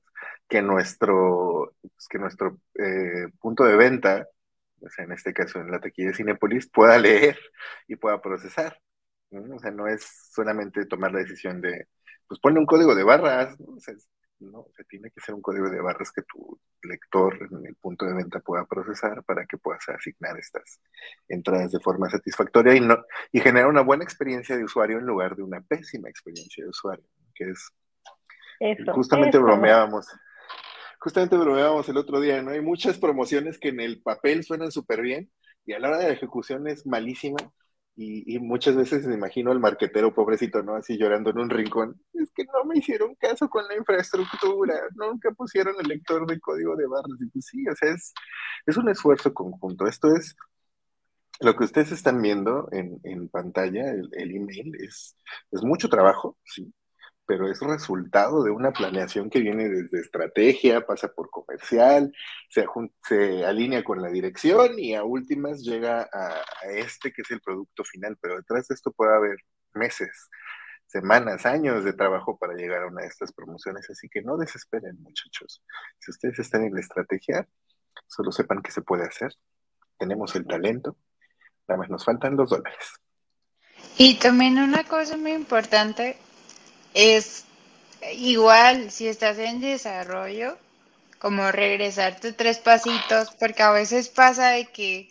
que nuestro punto de venta, o sea, en este caso en la taquilla de Cinépolis, pueda leer y pueda procesar, ¿no? O sea, no es solamente tomar la decisión de, pues ponle un código de barras, ¿no? O sea, no, o sea, tiene que ser un código de barras que tu lector en el punto de venta pueda procesar para que puedas asignar estas entradas de forma satisfactoria y generar una buena experiencia de usuario en lugar de una pésima experiencia de usuario, que es justamente Eso. bromeábamos el otro día, ¿no? Hay muchas promociones que en el papel suenan súper bien y a la hora de la ejecución es malísima. Y muchas veces me imagino al marquetero pobrecito, ¿no? Así llorando en un rincón. Es que no me hicieron caso con la infraestructura, nunca pusieron el lector de código de barras. Y pues sí, o sea, es un esfuerzo conjunto. Esto es lo que ustedes están viendo en pantalla, el email, es mucho trabajo, sí, pero es resultado de una planeación que viene desde estrategia, pasa por comercial, se alinea con la dirección y a últimas llega a este que es el producto final, pero detrás de esto puede haber meses, semanas, años de trabajo para llegar a una de estas promociones, así que no desesperen, muchachos. Si ustedes están en la estrategia, solo sepan que se puede hacer, tenemos el talento, nada más nos faltan $2. Y también una cosa muy importante es igual si estás en desarrollo, como regresar tus tres pasitos, porque a veces pasa de que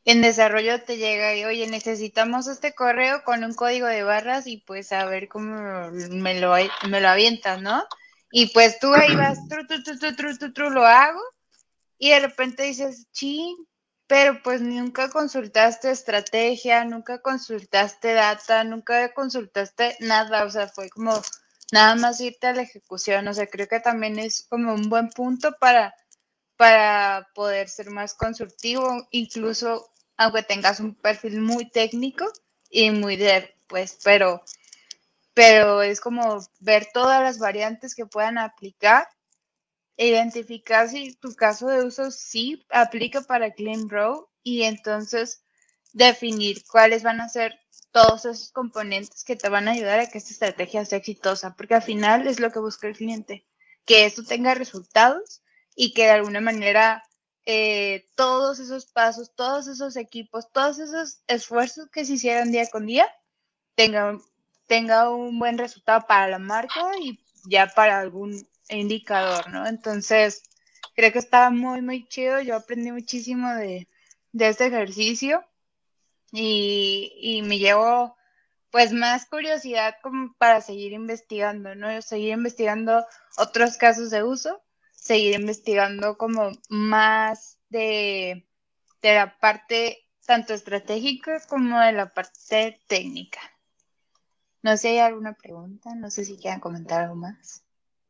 en desarrollo te llega y, oye, necesitamos este correo con un código de barras y pues a ver cómo me lo avientas, ¿no? Y pues tú ahí vas, lo hago y de repente dices, sí, pero pues nunca consultaste estrategia, nunca consultaste data, nunca consultaste nada, o sea, fue como nada más irte a la ejecución, o sea, creo que también es como un buen punto para poder ser más consultivo, incluso aunque tengas un perfil muy técnico y muy dev, pues, pero es como ver todas las variantes que puedan aplicar, identificar si tu caso de uso sí aplica para Clean Row y entonces definir cuáles van a ser todos esos componentes que te van a ayudar a que esta estrategia sea exitosa, porque al final es lo que busca el cliente, que esto tenga resultados y que de alguna manera todos esos pasos, todos esos equipos, todos esos esfuerzos que se hicieron día con día tenga, tenga un buen resultado para la marca y ya para algún indicador, ¿no? Entonces, creo que estaba muy, muy chido. Yo aprendí muchísimo de este ejercicio y me llevo pues más curiosidad como para seguir investigando, ¿no? Seguir investigando otros casos de uso, seguir investigando como más de la parte tanto estratégica como de la parte técnica. No sé si hay alguna pregunta, no sé si quieran comentar algo más.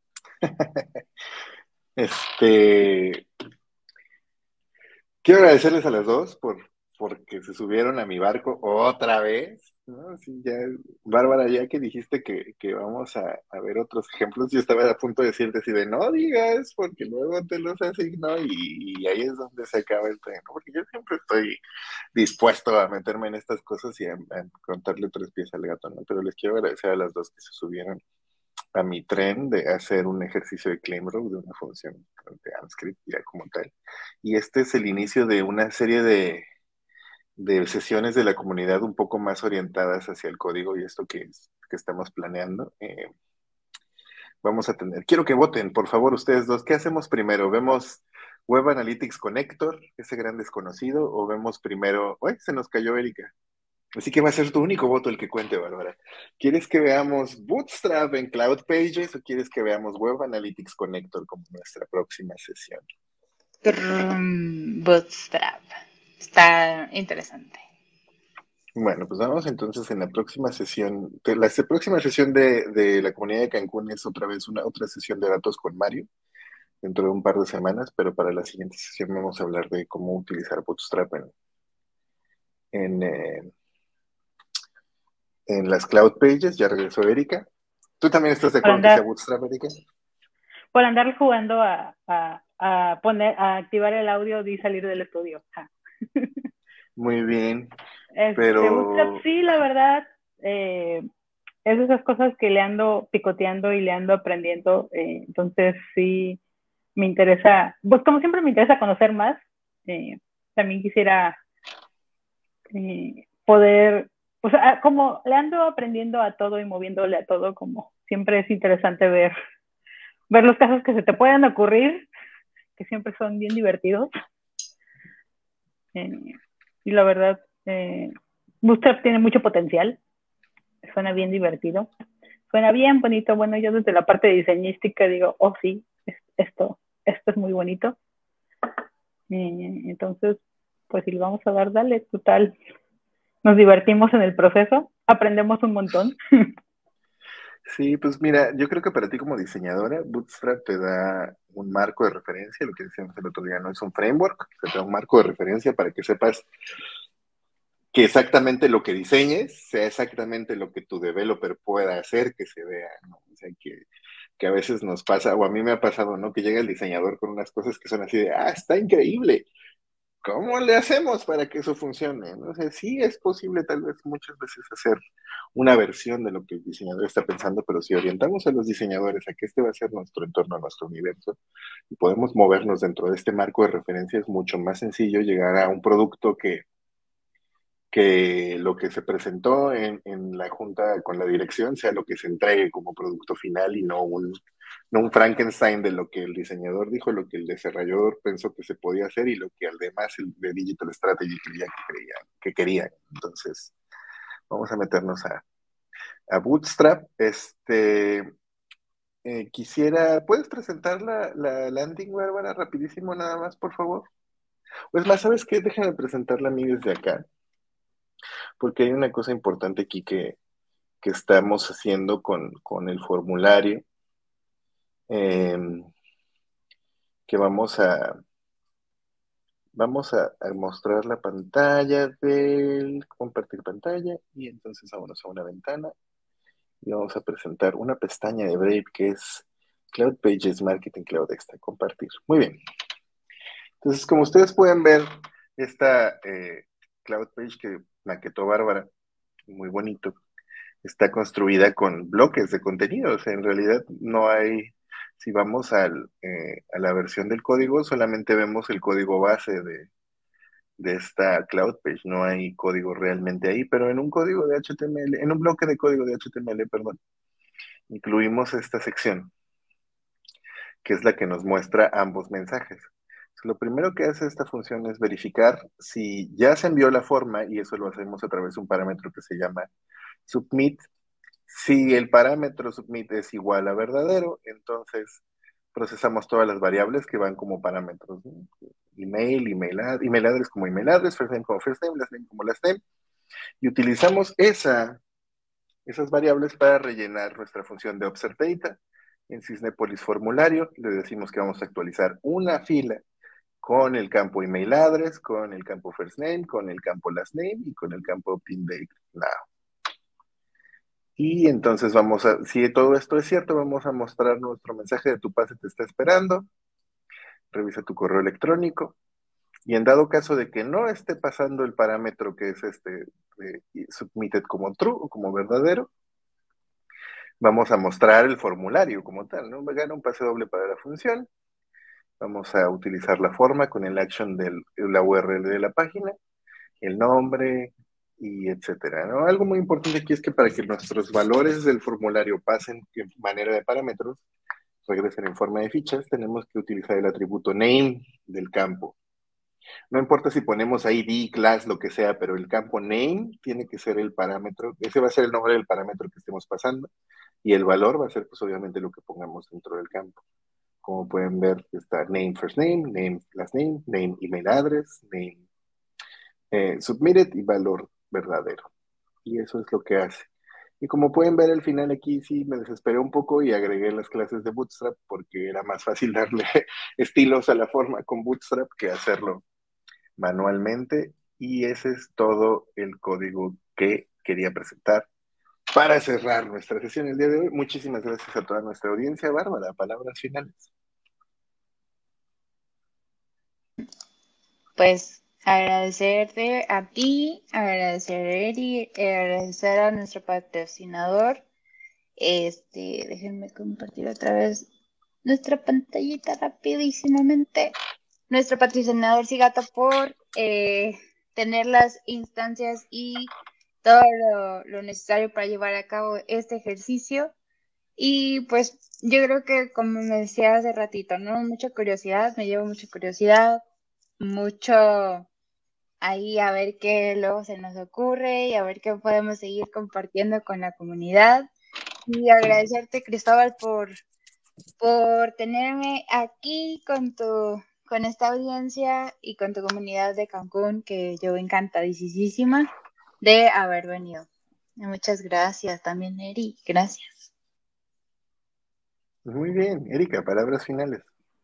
Este, quiero agradecerles a las dos porque se subieron a mi barco otra vez, ¿no? Sí, ya, Bárbara, ya que dijiste que vamos a ver otros ejemplos, yo estaba a punto de decirte así de no digas, porque luego te los asigno y ahí es donde se acaba el tren, ¿no? Porque yo siempre estoy dispuesto a meterme en estas cosas y a contarle tres pies al gato, ¿no? Pero les quiero agradecer a las dos que se subieron a mi tren de hacer un ejercicio de claim row de una función de AmScript ya como tal. Y este es el inicio de una serie de sesiones de la comunidad un poco más orientadas hacia el código y esto que estamos planeando. Vamos a tener, quiero que voten, por favor, ustedes dos. ¿Qué hacemos primero? ¿Vemos Web Analytics Connector, ese gran desconocido, o vemos primero, ¡ay, se nos cayó Erika! Así que va a ser tu único voto el que cuente, Bárbara. ¿Quieres que veamos Bootstrap en Cloud Pages o quieres que veamos Web Analytics Connector como nuestra próxima sesión? Bootstrap. Está interesante. Bueno, pues vamos entonces en la próxima sesión. La próxima sesión de la comunidad de Cancún es otra vez otra sesión de datos con Mario dentro de un par de semanas, pero para la siguiente sesión vamos a hablar de cómo utilizar Bootstrap en, eh, en las Cloud Pages. Ya regresó Erika. ¿Tú también estás de Por acuerdo que sea andar, Bootstrap, Erika? por andar jugando a activar el audio y salir del estudio. Ja. Muy bien, Bootstrap pero sí, la verdad, es de esas cosas que le ando picoteando y le ando aprendiendo, entonces sí me interesa, pues como siempre me interesa conocer más, también quisiera poder, pues como le ando aprendiendo a todo y moviéndole a todo, como siempre es interesante ver los casos que se te puedan ocurrir, que siempre son bien divertidos. Y la verdad, Bootstrap tiene mucho potencial, suena bien divertido, suena bien bonito. Bueno, yo desde la parte diseñística digo, oh sí, esto es muy bonito. Entonces, pues si le vamos a dar, dale, total. Nos divertimos en el proceso, aprendemos un montón. sí, pues mira, yo creo que para ti como diseñadora, Bootstrap te da un marco de referencia, lo que decíamos el otro día, no es un framework, te da un marco de referencia para que sepas que exactamente lo que diseñes sea exactamente lo que tu developer pueda hacer que se vea, ¿no? O sea, que a veces nos pasa, o a mí me ha pasado, ¿no? Que llega el diseñador con unas cosas que son así de, está increíble, ¿cómo le hacemos para que eso funcione? ¿No? O sea, sí es posible tal vez muchas veces hacer una versión de lo que el diseñador está pensando, pero si orientamos a los diseñadores a que este va a ser nuestro entorno, nuestro universo, y podemos movernos dentro de este marco de referencia, es mucho más sencillo llegar a un producto que lo que se presentó en la junta con la dirección sea lo que se entregue como producto final y no no un Frankenstein de lo que el diseñador dijo, lo que el desarrollador pensó que se podía hacer y lo que además el de Digital Strategy que querían. Entonces, vamos a meternos a Bootstrap. ¿Puedes presentar la landing, Bárbara, rapidísimo nada más, por favor? Pues más, ¿sabes qué? Déjame presentarla a mí desde acá, porque hay una cosa importante aquí que estamos haciendo con el formulario, eh, que vamos a mostrar la pantalla del compartir pantalla, y entonces vámonos a una ventana y vamos a presentar una pestaña de Brave que es Cloud Pages Marketing Cloud Extra, compartir. Muy bien. Entonces, como ustedes pueden ver, esta Cloud Page que maquetó Bárbara, muy bonito, está construida con bloques de contenido. O sea, en realidad no hay, si vamos a la versión del código, solamente vemos el código base de esta Cloud Page. No hay código realmente ahí, pero en un código de HTML, en un bloque de código de HTML, perdón, incluimos esta sección, que es la que nos muestra ambos mensajes. Lo primero que hace esta función es verificar si ya se envió la forma, y eso lo hacemos a través de un parámetro que se llama submit. Si el parámetro submit es igual a verdadero, entonces procesamos todas las variables que van como parámetros, ¿no? Email address como email address, first name como first name, last name como last name, y utilizamos esas variables para rellenar nuestra función de observe data. En Sysnepolis formulario le decimos que vamos a actualizar una fila con el campo email address, con el campo first name, con el campo last name y con el campo pin date now. Y entonces si todo esto es cierto, vamos a mostrar nuestro mensaje de tu pase te está esperando. Revisa tu correo electrónico. Y en dado caso de que no esté pasando el parámetro que es submitted como true o como verdadero, vamos a mostrar el formulario como tal, ¿no? Gana un pase doble para la función. Vamos a utilizar la forma con el action de la URL de la página, el nombre y etcétera, ¿no? Algo muy importante aquí es que para que nuestros valores del formulario pasen en manera de parámetros, regresen en forma de fichas, tenemos que utilizar el atributo name del campo. No importa si ponemos ID, class, lo que sea, pero el campo name tiene que ser el parámetro, ese va a ser el nombre del parámetro que estemos pasando, y el valor va a ser, pues, obviamente, lo que pongamos dentro del campo. Como pueden ver, está name first name, name last name, name email address, name submitted y valor verdadero. Y eso es lo que hace. Y como pueden ver al final aquí sí me desesperé un poco y agregué las clases de Bootstrap porque era más fácil darle estilos a la forma con Bootstrap que hacerlo manualmente. Y ese es todo el código que quería presentar para cerrar nuestra sesión el día de hoy. Muchísimas gracias a toda nuestra audiencia. Bárbara, palabras finales. Pues agradecerte a ti, agradecer a Eri, agradecer a nuestro patrocinador. Déjenme compartir otra vez nuestra pantallita rapidísimamente. Nuestro patrocinador Sigato por tener las instancias y todo lo necesario para llevar a cabo este ejercicio. Y pues yo creo que, como me decía hace ratito, ¿no? Mucha curiosidad, me llevo mucha curiosidad, mucho ahí a ver qué luego se nos ocurre y a ver qué podemos seguir compartiendo con la comunidad. Y agradecerte, Cristóbal, por tenerme aquí con esta audiencia y con tu comunidad de Cancún, que yo encantadísima de haber venido. Muchas gracias también, Eri. Gracias. Muy bien, Erika, palabras finales.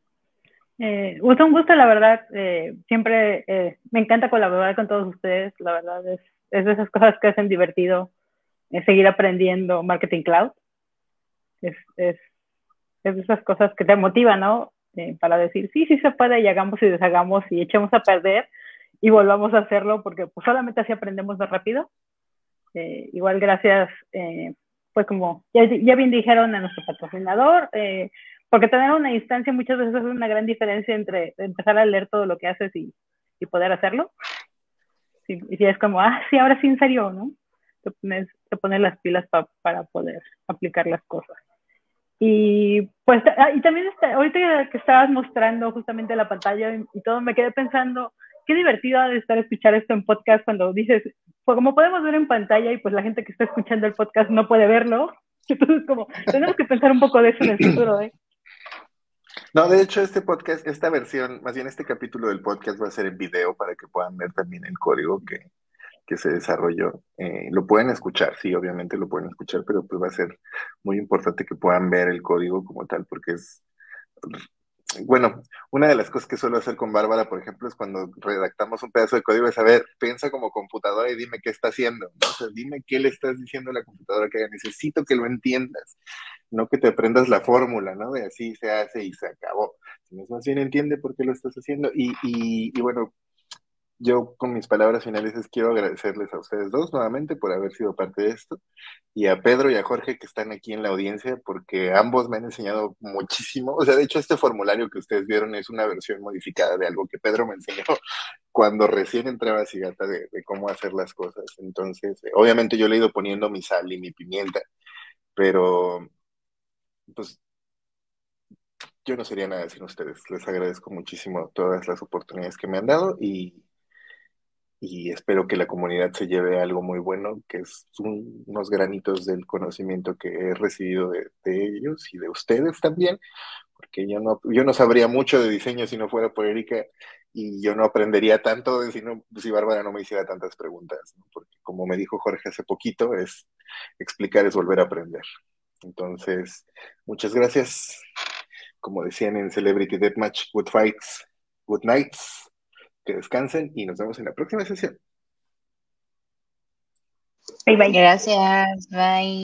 Un gusto, la verdad. Siempre me encanta colaborar con todos ustedes. La verdad es de esas cosas que hacen divertido seguir aprendiendo Marketing Cloud. Es de esas cosas que te motivan, ¿no? Para decir, sí, sí se puede, y hagamos y deshagamos y echemos a perder y volvamos a hacerlo, porque pues solamente así aprendemos más rápido. Igual gracias, pues como ya bien dijeron, a nuestro patrocinador, porque tener una instancia muchas veces es una gran diferencia entre empezar a leer todo lo que haces y poder hacerlo. Y si es como, sí, ahora sí, en serio, ¿no? Te pones las pilas para poder aplicar las cosas. Y pues, y también ahorita que estabas mostrando justamente la pantalla y todo, me quedé pensando, qué divertido ha de estar escuchar esto en podcast cuando dices, pues como podemos ver en pantalla y pues la gente que está escuchando el podcast no puede verlo. Entonces, como, tenemos que pensar un poco de eso en el futuro, ¿eh? No, de hecho, este podcast, esta versión, más bien este capítulo del podcast va a ser en video para que puedan ver también el código que se desarrolló. Lo pueden escuchar, sí, obviamente lo pueden escuchar, pero pues va a ser muy importante que puedan ver el código como tal, porque es, bueno, una de las cosas que suelo hacer con Bárbara, por ejemplo, es cuando redactamos un pedazo de código, es saber, piensa como computadora y dime qué está haciendo, ¿no? O sea, dime qué le estás diciendo a la computadora que haga. Necesito que lo entiendas, no que te aprendas la fórmula, ¿no? De así se hace y se acabó. Sino más bien entiende por qué lo estás haciendo. Y bueno, yo con mis palabras finales quiero agradecerles a ustedes dos nuevamente por haber sido parte de esto y a Pedro y a Jorge que están aquí en la audiencia porque ambos me han enseñado muchísimo. O sea, de hecho este formulario que ustedes vieron es una versión modificada de algo que Pedro me enseñó cuando recién entraba a Cigata de cómo hacer las cosas. Entonces, obviamente yo le he ido poniendo mi sal y mi pimienta, pero pues yo no sería nada sin ustedes. Les agradezco muchísimo todas las oportunidades que me han dado y espero que la comunidad se lleve algo muy bueno, que es unos granitos del conocimiento que he recibido de ellos y de ustedes también, porque yo no sabría mucho de diseño si no fuera por Erika y yo no aprendería tanto si Bárbara no me hiciera tantas preguntas, ¿no? Porque como me dijo Jorge hace poquito, explicar es volver a aprender. Entonces, muchas gracias. Como decían en Celebrity Deathmatch, good fights, good nights, que descansen y nos vemos en la próxima sesión. Bye, bye. Gracias, bye.